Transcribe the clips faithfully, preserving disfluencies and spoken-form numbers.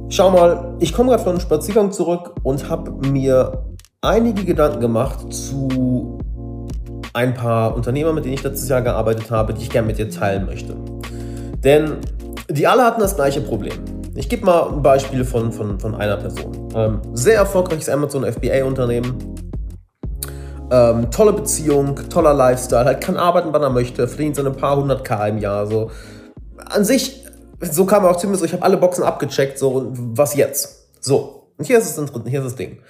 Schau mal, ich komme gerade von einem Spaziergang zurück und habe mir einige Gedanken gemacht zu ein paar Unternehmern, mit denen ich letztes Jahr gearbeitet habe, die ich gerne mit dir teilen möchte. Denn die alle hatten das gleiche Problem. Ich gebe mal ein Beispiel von, von, von einer Person. Ähm, sehr erfolgreiches Amazon F B A-Unternehmen, ähm, tolle Beziehung, toller Lifestyle, halt kann arbeiten, wann er möchte, verdient so ein paar hundert K im Jahr. So. An sich, so kam er auch zu mir so, ich habe alle Boxen abgecheckt, so, und was jetzt? So, und hier ist es, hier ist das Ding.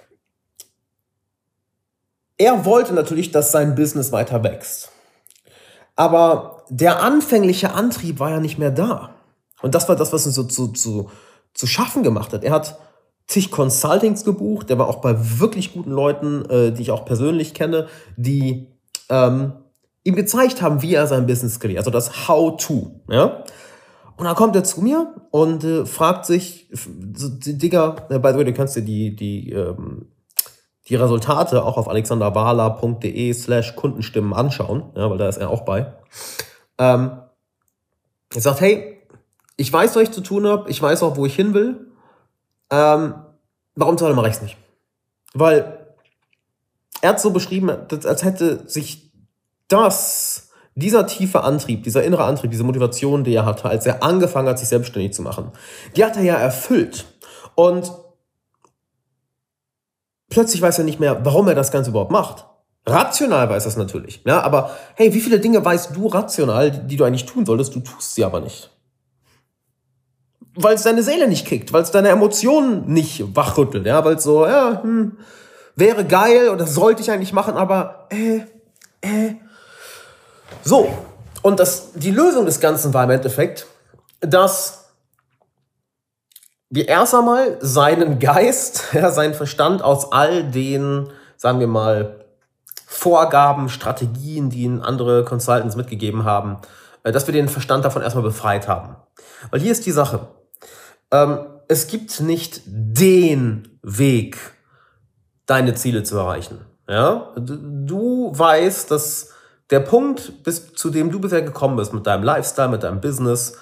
Er wollte natürlich, dass sein Business weiter wächst. Aber der anfängliche Antrieb war ja nicht mehr da. Und das war das, was ihn so zu, zu, zu schaffen gemacht hat. Er hat zig Consultings gebucht, der war auch bei wirklich guten Leuten, äh, die ich auch persönlich kenne, die ähm, ihm gezeigt haben, wie er sein Business skaliert, also das How-To. Ja? Und dann kommt er zu mir und äh, fragt sich, so, Digga, äh, by the way, du kannst dir die, die, ähm, die Resultate auch auf alexanderwahler.de slash Kundenstimmen anschauen, ja, weil da ist er auch bei. Ähm, er sagt, hey, ich weiß, was ich zu tun habe, ich weiß auch, wo ich hin will. Ähm, warum zur Hölle mache ich es nicht? Weil er hat so beschrieben, als hätte sich das, dieser tiefe Antrieb, dieser innere Antrieb, diese Motivation, die er hatte, als er angefangen hat, sich selbstständig zu machen, die hat er ja erfüllt. Und plötzlich weiß er nicht mehr, warum er das Ganze überhaupt macht. Rational weiß er es natürlich. Ja, aber hey, wie viele Dinge weißt du rational, die, die du eigentlich tun solltest, du tust sie aber nicht. Weil es deine Seele nicht kickt, weil es deine Emotionen nicht wachrüttelt, ja, weil es so, ja, hm, wäre geil oder sollte ich eigentlich machen, aber äh, äh. So, und das, die Lösung des Ganzen war im Endeffekt, dass wir erst einmal seinen Geist, ja, seinen Verstand aus all den, sagen wir mal, Vorgaben, Strategien, die ihn andere Consultants mitgegeben haben, dass wir den Verstand davon erstmal befreit haben. Weil hier ist die Sache. Ähm, es gibt nicht den Weg, deine Ziele zu erreichen. Ja? Du, du weißt, dass der Punkt, bis zu dem du bisher gekommen bist, mit deinem Lifestyle, mit deinem Business,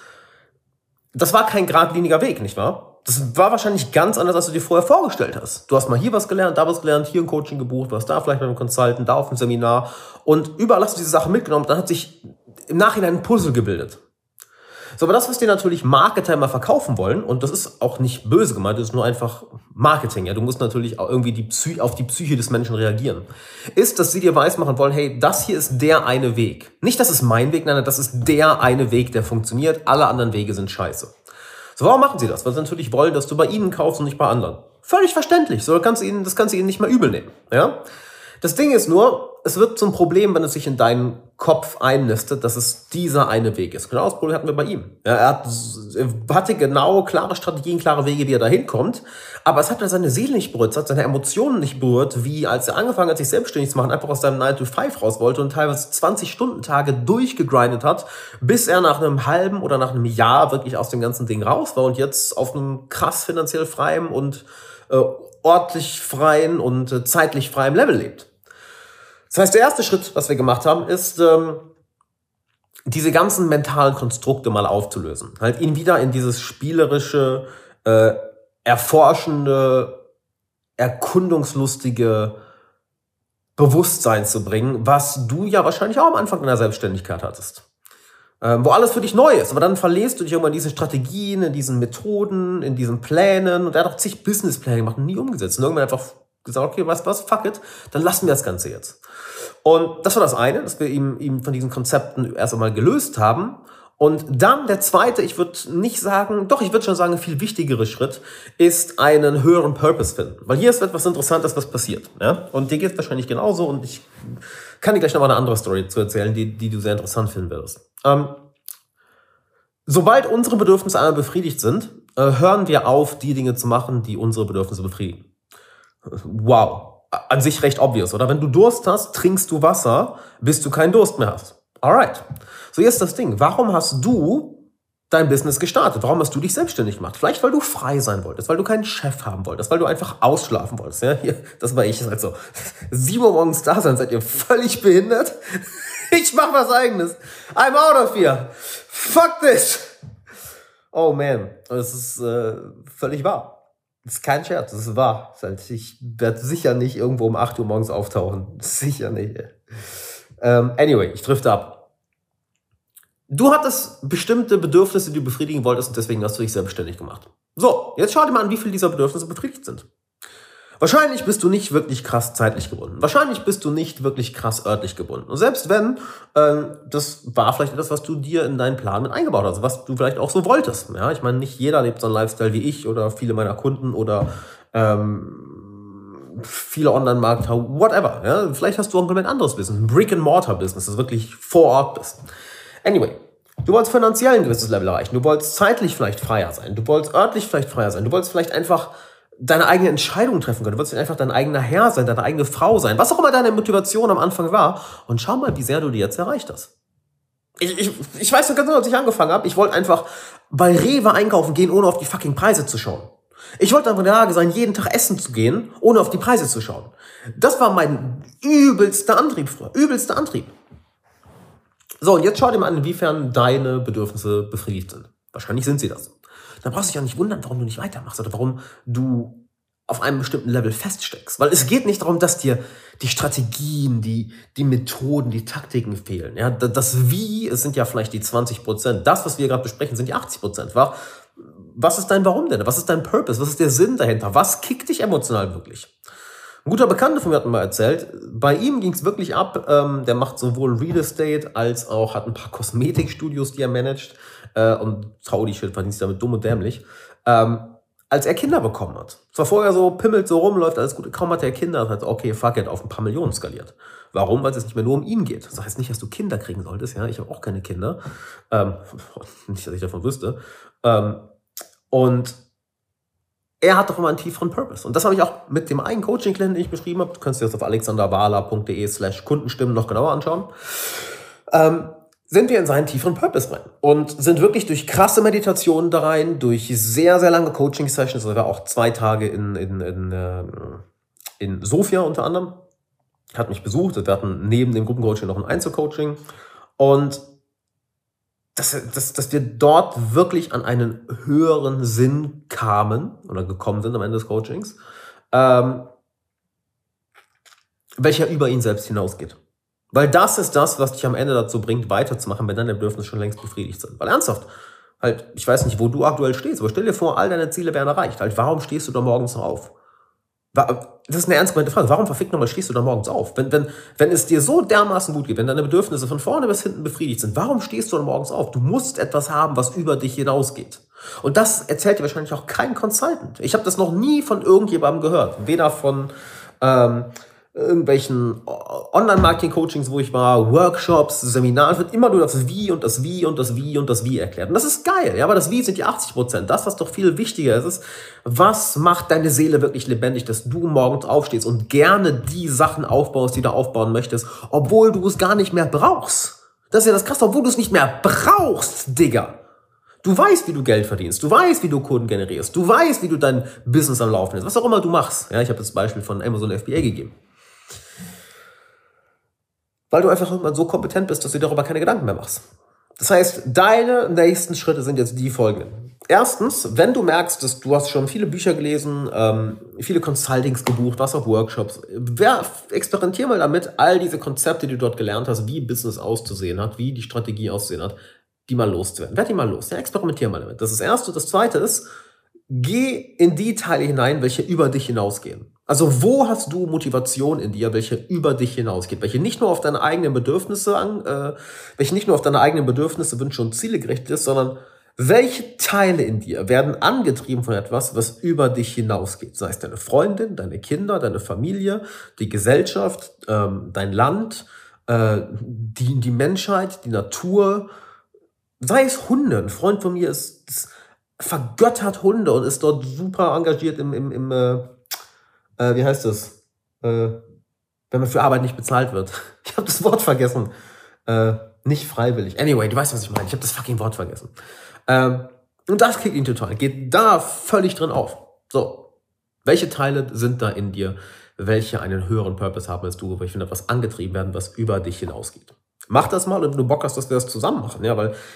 das war kein geradliniger Weg, nicht wahr? Das war wahrscheinlich ganz anders, als du dir vorher vorgestellt hast. Du hast mal hier was gelernt, da was gelernt, hier ein Coaching gebucht, du hast da vielleicht bei einem Consultant, da auf einem Seminar und überall hast du diese Sachen mitgenommen. Dann hat sich im Nachhinein ein Puzzle gebildet. So, aber das, was dir natürlich Marketer immer verkaufen wollen, und das ist auch nicht böse gemeint, das ist nur einfach Marketing, ja, du musst natürlich auch irgendwie die Psy- auf die Psyche des Menschen reagieren, ist, dass sie dir weismachen wollen, hey, das hier ist der eine Weg. Nicht, das ist mein Weg, nein, das ist der eine Weg, der funktioniert, alle anderen Wege sind scheiße. So, warum machen sie das? Weil sie natürlich wollen, dass du bei ihnen kaufst und nicht bei anderen. Völlig verständlich, so, das kannst du ihnen, das kannst du ihnen nicht mal übel nehmen, ja. Das Ding ist nur, es wird zum Problem, wenn es sich in deinen Kopf einnistet, dass es dieser eine Weg ist. Genau das Problem hatten wir bei ihm. Ja, er, hat, er hatte genau klare Strategien, klare Wege, wie er da hinkommt, aber es hat seine Seele nicht berührt, es hat seine Emotionen nicht berührt, wie als er angefangen hat, sich selbstständig zu machen, einfach aus seinem nine to five raus wollte und teilweise zwanzig-Stunden-Tage durchgegrindet hat, bis er nach einem halben oder nach einem Jahr wirklich aus dem ganzen Ding raus war und jetzt auf einem krass finanziell freien und äh, ordentlich freien und äh, zeitlich freien Level lebt. Das heißt, der erste Schritt, was wir gemacht haben, ist, ähm, diese ganzen mentalen Konstrukte mal aufzulösen. Halt ihn wieder in dieses spielerische, äh, erforschende, erkundungslustige Bewusstsein zu bringen, was du ja wahrscheinlich auch am Anfang deiner Selbstständigkeit hattest. Ähm, wo alles für dich neu ist. Aber dann verlierst du dich irgendwann in diesen Strategien, in diesen Methoden, in diesen Plänen. Und er hat auch zig Businesspläne gemacht und nie umgesetzt. Und irgendwann einfach gesagt, okay, weißt du was, fuck it, dann lassen wir das Ganze jetzt. Und das war das eine, dass wir ihm, ihm von diesen Konzepten erst einmal gelöst haben. Und dann der zweite, ich würde nicht sagen, doch, ich würde schon sagen, ein viel wichtigerer Schritt ist einen höheren Purpose finden. Weil hier ist etwas Interessantes, was passiert. Ja? Und dir geht es wahrscheinlich genauso und ich kann dir gleich noch mal eine andere Story zu erzählen, die, die du sehr interessant finden wirst. Ähm, sobald unsere Bedürfnisse einmal befriedigt sind, äh, hören wir auf, die Dinge zu machen, die unsere Bedürfnisse befriedigen. Wow. An sich recht obvious, oder? Wenn du Durst hast, trinkst du Wasser, bis du keinen Durst mehr hast. Alright. So, jetzt das Ding. Warum hast du dein Business gestartet? Warum hast du dich selbstständig gemacht? Vielleicht, weil du frei sein wolltest, weil du keinen Chef haben wolltest, weil du einfach ausschlafen wolltest. Ja, hier, das war ich. Also, sieben Uhr morgens da sein, seid ihr völlig behindert? Ich mach was Eigenes. I'm out of here. Fuck this. Oh man, das ist äh, völlig wahr. Das ist kein Scherz, das ist wahr. Das ist halt, ich werde sicher nicht irgendwo um acht Uhr morgens auftauchen. Sicher nicht. Ähm, anyway, ich drifte ab. Du hattest bestimmte Bedürfnisse, die du befriedigen wolltest und deswegen hast du dich selbstständig gemacht. So, jetzt schau dir mal an, wie viele dieser Bedürfnisse befriedigt sind. Wahrscheinlich bist du nicht wirklich krass zeitlich gebunden. Wahrscheinlich bist du nicht wirklich krass örtlich gebunden. Und selbst wenn, ähm, das war vielleicht etwas, was du dir in deinen Plan mit eingebaut hast, was du vielleicht auch so wolltest. Ja, ich meine, nicht jeder lebt so einen Lifestyle wie ich oder viele meiner Kunden oder ähm, viele Online-Marketer, whatever. Ja, vielleicht hast du auch ein komplett anderes Business, ein Brick-and-Mortar-Business, das wirklich vor Ort bist. Anyway. Du wolltest finanziell ein gewisses Level erreichen, du wolltest zeitlich vielleicht freier sein, du wolltest örtlich vielleicht freier sein, du wolltest vielleicht einfach deine eigene Entscheidung treffen können, du wolltest einfach dein eigener Herr sein, deine eigene Frau sein, was auch immer deine Motivation am Anfang war und schau mal, wie sehr du die jetzt erreicht hast. Ich, ich, ich weiß noch ganz genau, als ich angefangen habe, ich wollte einfach bei Rewe einkaufen gehen, ohne auf die fucking Preise zu schauen. Ich wollte einfach in der Lage sein, jeden Tag essen zu gehen, ohne auf die Preise zu schauen. Das war mein übelster Antrieb früher, übelster Antrieb. So, und jetzt schau dir mal an, inwiefern deine Bedürfnisse befriedigt sind. Wahrscheinlich sind sie das. Dann brauchst du dich auch nicht wundern, warum du nicht weitermachst oder warum du auf einem bestimmten Level feststeckst. Weil es geht nicht darum, dass dir die Strategien, die, die Methoden, die Taktiken fehlen. Ja, das Wie, es sind ja vielleicht die zwanzig Prozent. Das, was wir gerade besprechen, sind die achtzig Prozent. Was ist dein Warum denn? Was ist dein Purpose? Was ist der Sinn dahinter? Was kickt dich emotional wirklich? Ein guter Bekannter von mir hat mir mal erzählt, bei ihm ging es wirklich ab, ähm, der macht sowohl Real Estate als auch, hat ein paar Kosmetikstudios, die er managt, äh, und holy shit, verdient sich damit dumm und dämlich, ähm, als er Kinder bekommen hat. Es war vorher so, pimmelt so rum, läuft alles gut, kaum hat er Kinder, hat okay, fuck it, auf ein paar Millionen skaliert. Warum? Weil es nicht mehr nur um ihn geht. Das heißt nicht, dass du Kinder kriegen solltest, ja, ich habe auch keine Kinder, ähm, nicht, dass ich davon wüsste, ähm, und er hat doch immer einen tieferen Purpose. Und das habe ich auch mit dem einen Coaching-Klienten, den ich beschrieben habe. Du kannst dir das auf alexanderwala.de slash Kundenstimmen noch genauer anschauen. Ähm, sind wir in seinen tieferen Purpose rein. Und sind wirklich durch krasse Meditationen da rein, durch sehr, sehr lange Coaching-Sessions. Also er war auch zwei Tage in, in, in, äh, in Sofia unter anderem. Hat mich besucht. Wir hatten neben dem Gruppencoaching noch ein Einzelcoaching. Und Dass, dass, dass wir dort wirklich an einen höheren Sinn kamen oder gekommen sind am Ende des Coachings, ähm, welcher über ihn selbst hinausgeht. Weil das ist das, was dich am Ende dazu bringt, weiterzumachen, wenn deine Bedürfnisse schon längst befriedigt sind. Weil ernsthaft, halt, ich weiß nicht, wo du aktuell stehst, aber stell dir vor, all deine Ziele werden erreicht. Halt, warum stehst du da morgens noch auf? Das ist eine ernst gemeinte Frage. Warum verfickt nochmal stehst du da morgens auf? Wenn, wenn, wenn es dir so dermaßen gut geht, wenn deine Bedürfnisse von vorne bis hinten befriedigt sind, warum stehst du da morgens auf? Du musst etwas haben, was über dich hinausgeht. Und das erzählt dir wahrscheinlich auch kein Consultant. Ich habe das noch nie von irgendjemandem gehört. Weder von ähm, irgendwelchen Online-Marketing-Coachings, wo ich war, Workshops, Seminaren, wird immer nur das Wie und das Wie und das Wie und das Wie erklärt. Und das ist geil, ja, aber das Wie sind die achtzig Prozent. Das, was doch viel wichtiger ist, ist, was macht deine Seele wirklich lebendig, dass du morgens aufstehst und gerne die Sachen aufbaust, die du aufbauen möchtest, obwohl du es gar nicht mehr brauchst. Das ist ja das Krasse, obwohl du es nicht mehr brauchst, Digga. Du weißt, wie du Geld verdienst, du weißt, wie du Kunden generierst, du weißt, wie du dein Business am Laufen ist, was auch immer du machst. Ja, ich habe das Beispiel von Amazon F B A gegeben. Weil du einfach irgendwann so kompetent bist, dass du dir darüber keine Gedanken mehr machst. Das heißt, deine nächsten Schritte sind jetzt die folgenden. Erstens, wenn du merkst, dass du hast schon viele Bücher gelesen, ähm, viele Consultings gebucht, was auch Workshops, wer, experimentier mal damit, all diese Konzepte, die du dort gelernt hast, wie Business auszusehen hat, wie die Strategie auszusehen hat, die mal loszuwerden. Werd die mal los, ja, experimentier mal damit. Das ist das Erste. Das Zweite ist, geh in die Teile hinein, welche über dich hinausgehen. Also wo hast du Motivation in dir, welche über dich hinausgeht, welche nicht nur auf deine eigenen Bedürfnisse an, äh, welche nicht nur auf deine eigenen Bedürfnisse, Wünsche und Ziele gerichtet ist, sondern welche Teile in dir werden angetrieben von etwas, was über dich hinausgeht? Sei es deine Freundin, deine Kinder, deine Familie, die Gesellschaft, ähm, dein Land, äh, die, die Menschheit, die Natur, sei es Hunde. Ein Freund von mir ist, ist vergöttert Hunde und ist dort super engagiert im, im, im äh, äh, wie heißt das? Äh, wenn man für Arbeit nicht bezahlt wird. Ich habe das Wort vergessen. Äh, nicht freiwillig. Anyway, du weißt, was ich meine. Ich habe das fucking Wort vergessen. Ähm, und das kickt ihn total. Geht da völlig drin auf. So. Welche Teile sind da in dir, welche einen höheren Purpose haben als du, welche von etwas angetrieben werden, was über dich hinausgeht? Mach das mal und wenn du Bock hast, dass wir das zusammen machen. Ja, weil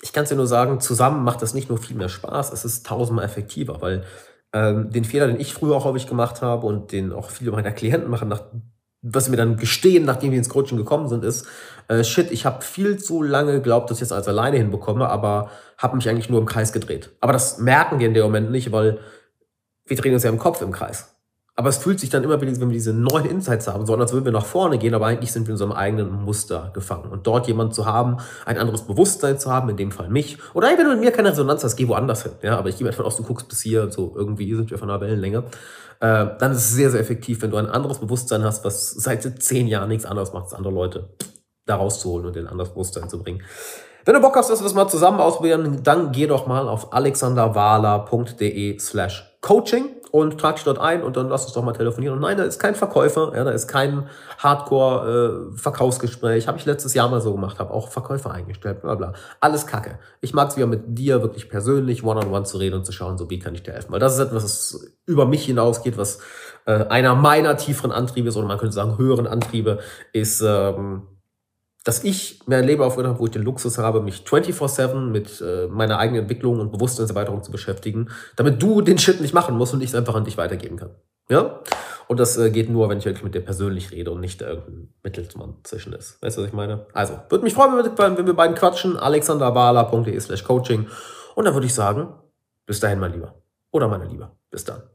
ich kann es dir nur sagen, zusammen macht das nicht nur viel mehr Spaß, es ist tausendmal effektiver, weil ähm, den Fehler, den ich früher auch häufig gemacht habe und den auch viele meiner Klienten machen, nach, was sie mir dann gestehen, nachdem wir ins Coaching gekommen sind, ist, äh, shit, ich habe viel zu lange geglaubt, dass ich das alles alleine hinbekomme, aber habe mich eigentlich nur im Kreis gedreht. Aber das merken wir in dem Moment nicht, weil wir drehen uns ja im Kopf im Kreis. Aber es fühlt sich dann immer, wenn wir diese neuen Insights haben, so als würden wir nach vorne gehen, aber eigentlich sind wir in unserem eigenen Muster gefangen. Und dort jemanden zu haben, ein anderes Bewusstsein zu haben, in dem Fall mich. Oder hey, wenn du mit mir keine Resonanz hast, geh woanders hin. Ja, aber ich gehe davon aus, du guckst bis hier, so irgendwie sind wir von einer Wellenlänge. Äh, dann ist es sehr, sehr effektiv, wenn du ein anderes Bewusstsein hast, was seit zehn Jahren nichts anderes macht, als andere Leute da rauszuholen und in ein anderes Bewusstsein zu bringen. Wenn du Bock hast, dass wir das mal zusammen ausprobieren, dann geh doch mal auf alexanderwahler.de slash coaching und trag dich dort ein und dann lass uns doch mal telefonieren. Und nein, da ist kein Verkäufer, ja, da ist kein Hardcore-Verkaufsgespräch. Äh, habe ich letztes Jahr mal so gemacht, habe auch Verkäufer eingestellt, bla bla. Alles Kacke. Ich mag es wieder mit dir wirklich persönlich one-on-one zu reden und zu schauen, so wie kann ich dir helfen. Weil das ist etwas, was über mich hinausgeht, was äh, einer meiner tieferen Antriebe ist, oder man könnte sagen höheren Antriebe, ist... Ähm, dass ich mir ein Leben aufgehört habe, wo ich den Luxus habe, mich vierundzwanzig sieben mit äh, meiner eigenen Entwicklung und Bewusstseinserweiterung zu beschäftigen, damit du den Shit nicht machen musst und ich es einfach an dich weitergeben kann. Ja? Und das äh, geht nur, wenn ich wirklich mit dir persönlich rede und nicht irgendein Mittelsmann zwischen ist. Weißt du, was ich meine? Also, würde mich freuen, wenn wir, wenn wir beiden quatschen. alexanderwahler.de slash coaching. Und dann würde ich sagen, bis dahin, mein Lieber. Oder meine Liebe. Bis dann.